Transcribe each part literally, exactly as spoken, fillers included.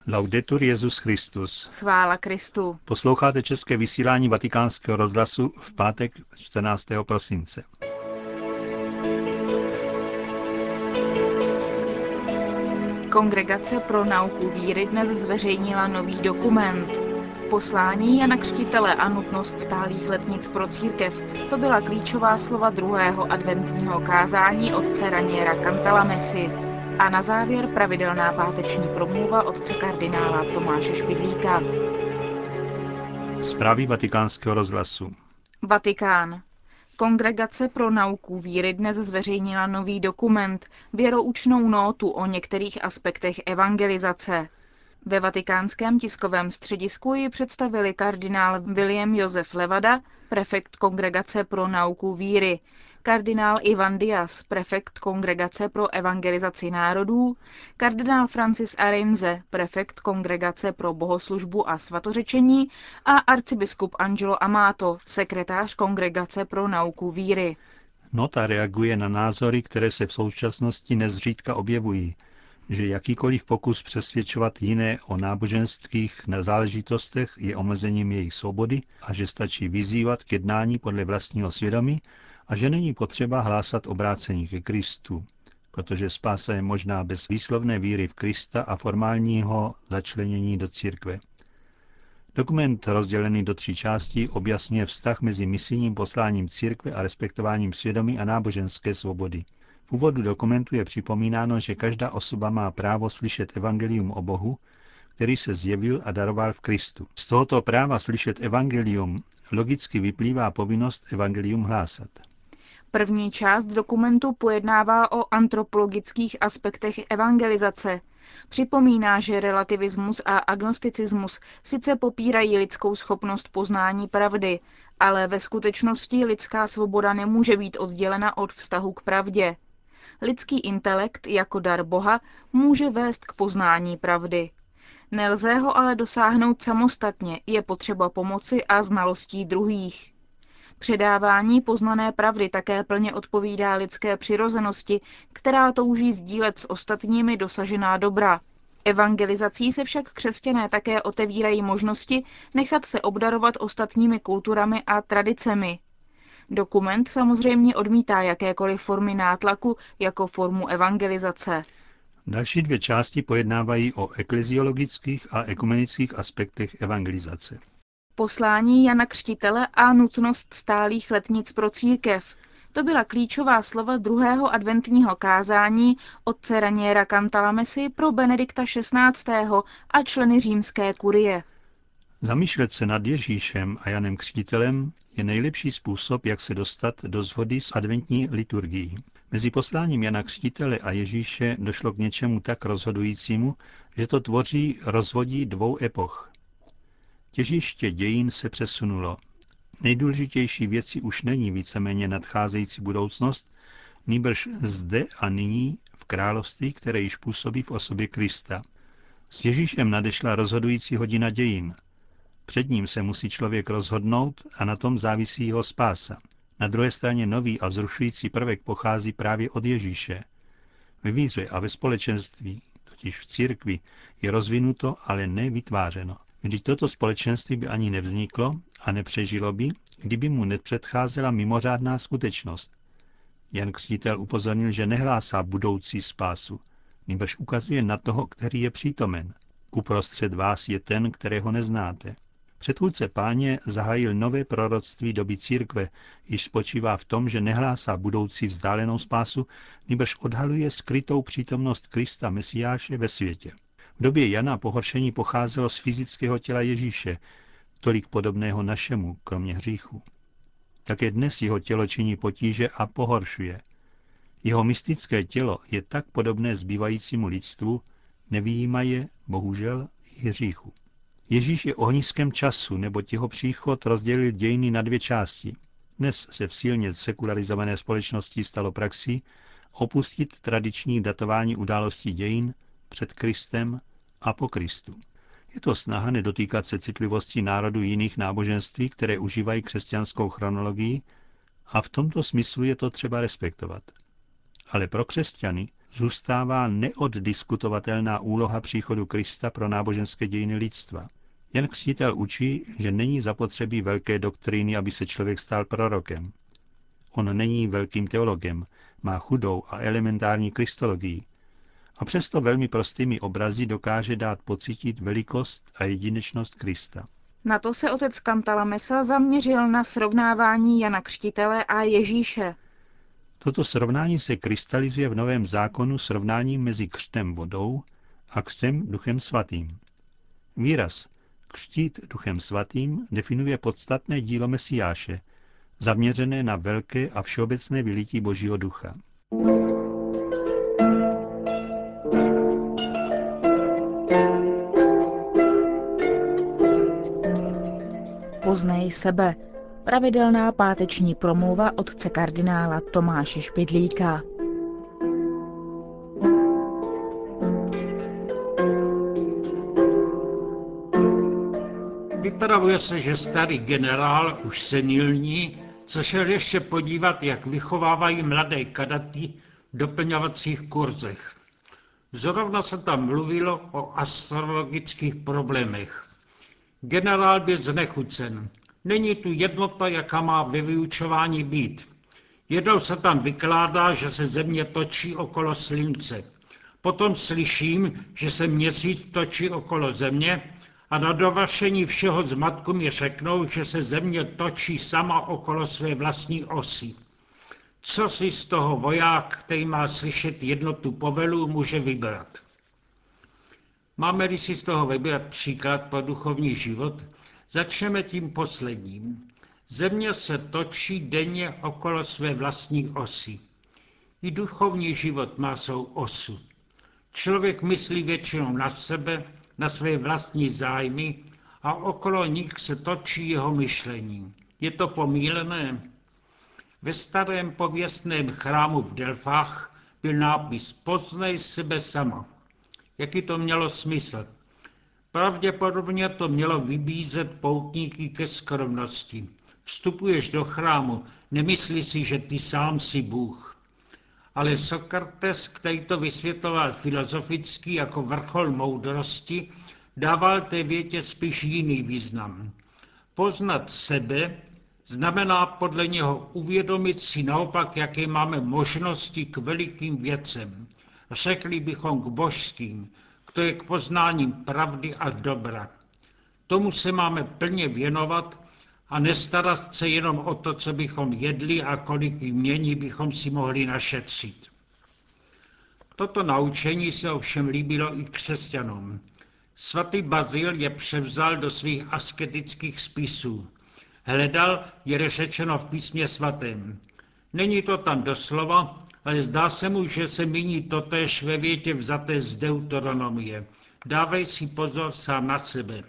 Laudetur Jesus Christus. Chvála Kristu. Posloucháte české vysílání Vatikánského rozhlasu v pátek čtrnáctého prosince. Kongregace pro nauku víry dnes zveřejnila nový dokument. Poslání Jana Křtitele a nutnost stálých letnic pro církev, to byla klíčová slova druhého adventního kázání otce Raniera Cantalamessy. A na závěr pravidelná páteční promluva otce kardinála Tomáše Špidlíka. Zprávy Vatikánského rozhlasu. Vatikán. Kongregace pro nauku víry dnes zveřejnila nový dokument, věroučnou nótu o některých aspektech evangelizace. Ve vatikánském tiskovém středisku ji představili kardinál William Josef Levada, prefekt Kongregace pro nauku víry, kardinál Ivan Diaz, prefekt Kongregace pro evangelizaci národů, kardinál Francis Arinze, prefekt Kongregace pro bohoslužbu a svatořečení a arcibiskup Angelo Amato, sekretář Kongregace pro nauku víry. Nota reaguje na názory, které se v současnosti nezřídka objevují, že jakýkoliv pokus přesvědčovat jiné o náboženských záležitostech je omezením jejich svobody a že stačí vyzývat k jednání podle vlastního svědomí a že není potřeba hlásat obrácení ke Kristu, protože spása je možná bez výslovné víry v Krista a formálního začlenění do církve. Dokument rozdělený do tří částí objasňuje vztah mezi misijním posláním církve a respektováním svědomí a náboženské svobody. V úvodu dokumentu je připomínáno, že každá osoba má právo slyšet evangelium o Bohu, který se zjevil a daroval v Kristu. Z tohoto práva slyšet evangelium logicky vyplývá povinnost evangelium hlásat. První část dokumentu pojednává o antropologických aspektech evangelizace. Připomíná, že relativismus a agnosticismus sice popírají lidskou schopnost poznání pravdy, ale ve skutečnosti lidská svoboda nemůže být oddělena od vztahu k pravdě. Lidský intelekt jako dar Boha může vést k poznání pravdy. Nelze ho ale dosáhnout samostatně, je potřeba pomoci a znalostí druhých. Předávání poznané pravdy také plně odpovídá lidské přirozenosti, která touží sdílet s ostatními dosažená dobra. Evangelizací se však křesťané také otevírají možnosti nechat se obdarovat ostatními kulturami a tradicemi. Dokument samozřejmě odmítá jakékoliv formy nátlaku jako formu evangelizace. Další dvě části pojednávají o ekleziologických a ekumenických aspektech evangelizace. Poslání Jana Křtitele a nutnost stálých letnic pro církev. To byla klíčová slova druhého adventního kázání otce Raniera Cantalamessy pro Benedikta šestnáctého a členy římské kurie. Zamýšlet se nad Ježíšem a Janem Křtitelem je nejlepší způsob, jak se dostat do shody s adventní liturgií. Mezi posláním Jana Křtitele a Ježíše došlo k něčemu tak rozhodujícímu, že to tvoří rozvodí dvou epoch. Těžiště dějin se přesunulo. Nejdůležitější věcí už není víceméně nadcházející budoucnost, nýbrž zde a nyní v království, které již působí v osobě Krista. S Ježíšem nadešla rozhodující hodina dějin. Před ním se musí člověk rozhodnout a na tom závisí jeho spása. Na druhé straně nový a vzrušující prvek pochází právě od Ježíše. Ve víře a ve společenství, totiž v církvi, je rozvinuto, ale nevytvářeno. Vždyť toto společenství by ani nevzniklo a nepřežilo by, kdyby mu nepředcházela mimořádná skutečnost. Jan Křtitel upozornil, že nehlásá budoucí spásu, nýbrž ukazuje na toho, který je přítomen. Uprostřed vás je ten, kterého neznáte. Předchůdce Páně zahájil nové proroctví doby církve, již spočívá v tom, že nehlásá budoucí vzdálenou spásu, nýbrž odhaluje skrytou přítomnost Krista Mesiáše ve světě. V době Jana pohoršení pocházelo z fyzického těla Ježíše, tolik podobného našemu, kromě hříchu. Také dnes jeho tělo činí potíže a pohoršuje. Jeho mystické tělo je tak podobné zbývajícímu lidstvu, nevyjímaje, bohužel, i hříchu. Ježíš je ohniskem času, neboť jeho příchod rozdělil dějiny na dvě části. Dnes se v silně sekularizované společnosti stalo praxí opustit tradiční datování událostí dějin před Kristem a po Kristu. Je to snaha nedotýkat se citlivosti národů jiných náboženství, které užívají křesťanskou chronologii, a v tomto smyslu je to třeba respektovat. Ale pro křesťany, zůstává neoddiskutovatelná úloha příchodu Krista pro náboženské dějiny lidstva. Jan Křtitel učí, že není zapotřebí velké doktríny, aby se člověk stal prorokem. On není velkým teologem, má chudou a elementární kristologii. A přesto velmi prostými obrazy dokáže dát pocítit velikost a jedinečnost Krista. Na to se otec Cantalamessa zaměřil na srovnávání Jana Křtitele a Ježíše. Toto srovnání se krystalizuje v Novém zákonu srovnáním mezi křtem vodou a křtem Duchem svatým. Výraz křtít Duchem svatým definuje podstatné dílo Mesiáše, zaměřené na velké a všeobecné vylití Božího ducha. Poznej sebe. Pravidelná páteční promluva otce kardinála Tomáše Špidlíka. Vypravuje se, že starý generál, už senilní, se šel ještě podívat, jak vychovávají mladé kadaty v doplňovacích kurzech. Zrovna se tam mluvilo o astrologických problémech. Generál byl znechucen. Není tu jednota, jaká má ve vyučování být. Jednou se tam vykládá, že se země točí okolo slunce. Potom slyším, že se měsíc točí okolo země a na dovršení všeho zmatku mi řeknou, že se země točí sama okolo své vlastní osy. Co si z toho voják, který má slyšet jednotu povelu, může vybrat? Máme-li si z toho vybrat příklad pro duchovní život, začneme tím posledním. Země se točí denně okolo své vlastní osy. I duchovní život má svou osu. Člověk myslí většinou na sebe, na své vlastní zájmy a okolo nich se točí jeho myšlení. Je to pomýlené? Ve starém pověstném chrámu v Delfách byl nápis Poznej sebe sama. Jaký to mělo smysl? Pravděpodobně to mělo vybízet poutníky ke skromnosti. Vstupuješ do chrámu, nemyslí si, že ty sám jsi Bůh. Ale Sokrates, který to vysvětloval filozoficky jako vrchol moudrosti, dával té větě spíš jiný význam. Poznat sebe znamená podle něho uvědomit si naopak, jaké máme možnosti k velikým věcem. Řekli bychom k božským, to je k poznáním pravdy a dobra. Tomu se máme plně věnovat a nestarat se jenom o to, co bychom jedli a kolik jmění bychom si mohli našetřit. Toto naučení se ovšem líbilo i křesťanům. Svatý Bazil je převzal do svých asketických spisů. Hledal, je řečeno v písmě svatém. Není to tam doslova, ale zdá se mu, že se míní totéž ve větě vzaté z Deuteronomie. Dávej si pozor sám na sebe.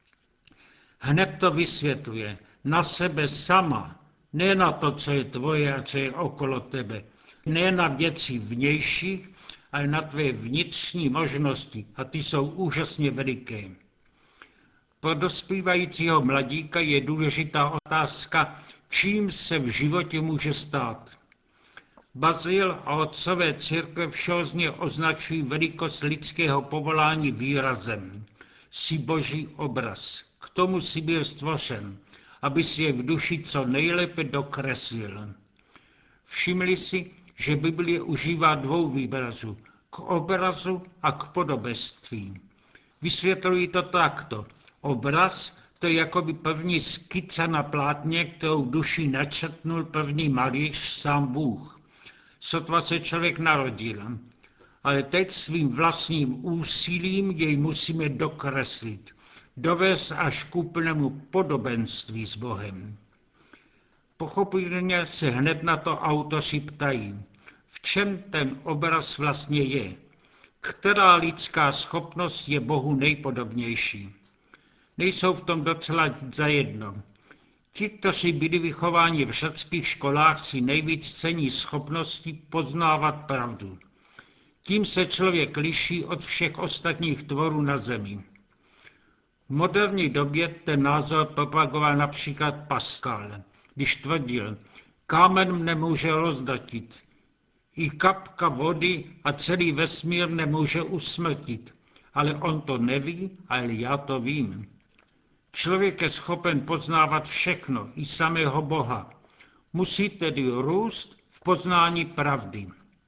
Hned to vysvětluje. Na sebe sama. Ne na to, co je tvoje a co je okolo tebe. Ne na věci vnější, ale na tvé vnitřní možnosti. A ty jsou úžasně veliké. Pro dospívajícího mladíka je důležitá otázka, čím se v životě může stát. Bazil a otcové církve všeobecně označují velikost lidského povolání výrazem. Jsi boží obraz. K tomu si byl stvořen, aby si je v duši co nejlépe dokreslil. Všimli si, že Biblie užívá dvou výrazů. K obrazu a k podobenství. Vysvětlují to takto. Obraz, to je jakoby první skica na plátně, kterou v duši načrtnul první malíř, sám Bůh. Sotva se člověk narodil. Ale teď svým vlastním úsilím jej musíme dokreslit. Dovést až k úplnému podobenství s Bohem. Pochopitelně se hned na to autoři ptají. V čem ten obraz vlastně je? Která lidská schopnost je Bohu nejpodobnější? Nejsou v tom docela zajedno. Ti, kteří byli vychováni v řeckých školách, si nejvíc cení schopnosti poznávat pravdu. Tím se člověk liší od všech ostatních tvorů na zemi. V moderní době ten názor propagoval například Pascal, když tvrdil, kámen mne může rozdatit, I kapka vody a celý vesmír nemůže usmrtit, ale on to neví, ale já to vím. Člověk je schopen poznávat všechno, i samého Boha. Musí tedy růst v poznání pravdy.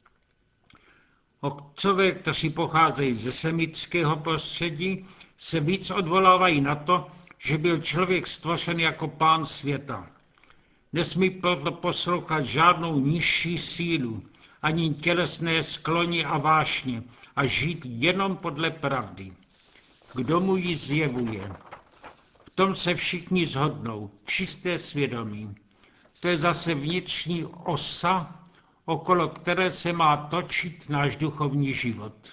Otcové, kteří pocházejí ze semického prostředí, se víc odvolávají na to, že byl člověk stvořen jako pán světa. Nesmí proto poslouchat žádnou nižší sílu, ani tělesné sklony a vášně a žít jenom podle pravdy. Kdo mu ji zjevuje? V tom se všichni shodnou, čisté svědomí. To je zase vnitřní osa, okolo které se má točit náš duchovní život.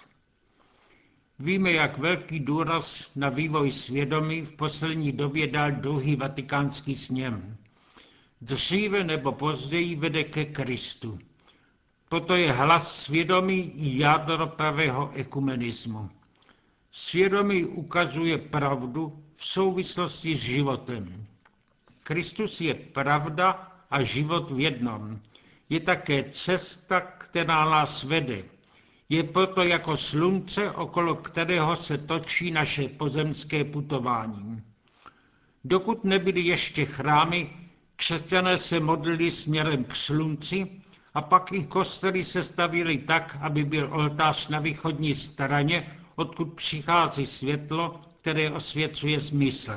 Víme, jak velký důraz na vývoj svědomí v poslední době dal druhý vatikánský sněm. Dříve nebo později vede ke Kristu. Proto je hlas svědomí i jádro pravého ekumenismu. Svědomí ukazuje pravdu v souvislosti s životem. Kristus je pravda a život v jednom. Je také cesta, která nás vede. Je proto jako slunce, okolo kterého se točí naše pozemské putování. Dokud nebyly ještě chrámy, křesťané se modlili směrem k slunci a pak i kostely se stavěly tak, aby byl oltář na východní straně, odkud přichází světlo, které osvěcuje smysl.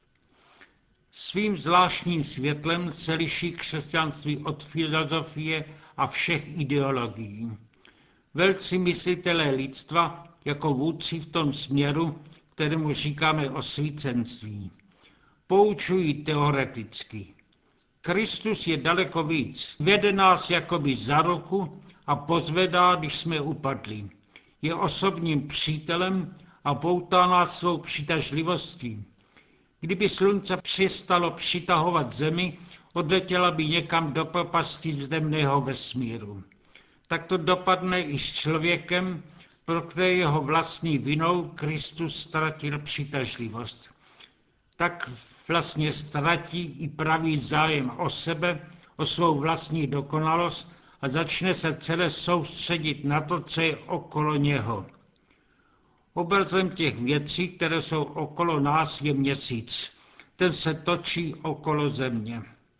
Svým zvláštním světlem se liší křesťanství od filozofie a všech ideologií. Velcí myslitelé lidstva jako vůdci v tom směru, kterému říkáme osvícenství, poučují teoreticky. Kristus je daleko víc. Vede nás jakoby za ruku a pozvedá, když jsme upadli. Je osobním přítelem a poutá nás svou přitažlivostí. Kdyby slunce přestalo přitahovat zemi, odletěla by někam do propasti vztemného vesmíru. Tak to dopadne i s člověkem, pro které jeho vlastní vinou Kristus ztratil přitažlivost. Tak vlastně ztratí i pravý zájem o sebe, o svou vlastní dokonalost a začne se celé soustředit na to, co je okolo něho. Obrazem těch věcí, které jsou okolo nás, je měsíc. Ten se točí okolo země.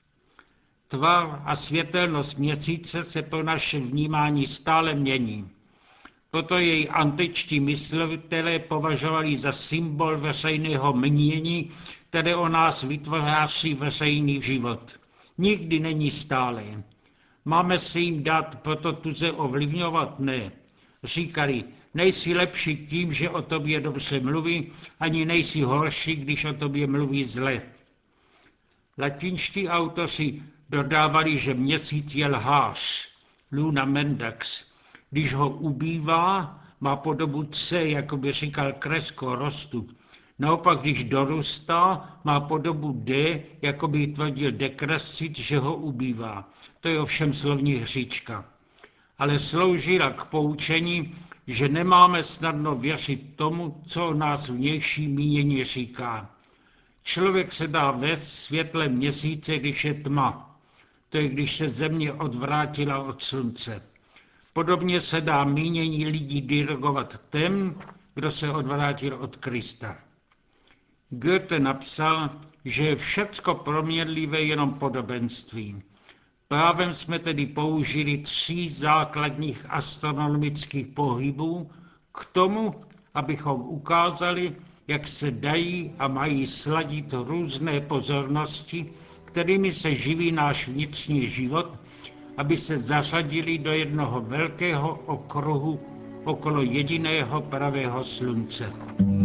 Tvar a světelnost měsíce se pro naše vnímání stále mění. Proto jej antičtí myslitelé považovali za symbol veřejného mínění, které o nás vytváří veřejný život. Nikdy není stálé. Máme si jim dát proto tuze ovlivňovat? Ne. Říkali, nejsi lepší tím, že o tobě dobře mluví, ani nejsi horší, když o tobě mluví zle. Latinští autoři dodávali, že měsíc je lhář, luna mendax. Když ho ubývá, má podobu C, jako by říkal Kresko rostu. Naopak, když dorůstá, má podobu D, jako by tvrdil dekrescit, že ho ubývá. To je ovšem slovní hříčka. Ale sloužila k poučení, že nemáme snadno věřit tomu, co o nás vnější mínění říká. Člověk se dá vést světlem měsíce, když je tma. To je, když se země odvrátila od slunce. Podobně se dá mínění lidí dirigovat těm, kdo se odvrátil od Krista. Goethe napsal, že je všecko proměnlivé jenom podobenství. Právem jsme tedy použili tří základních astronomických pohybů k tomu, abychom ukázali, jak se dají a mají sladit různé pozornosti, kterými se živí náš vnitřní život, aby se zařadili do jednoho velkého okruhu okolo jediného pravého slunce.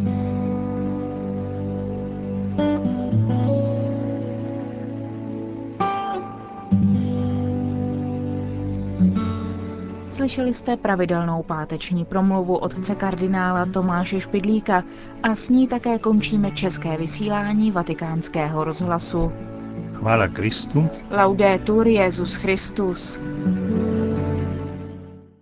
Slyšeli jste pravidelnou páteční promluvu otce kardinála Tomáše Špidlíka a s ní také končíme české vysílání Vatikánského rozhlasu. Chvála Kristu. Laudetur Jesus Christus.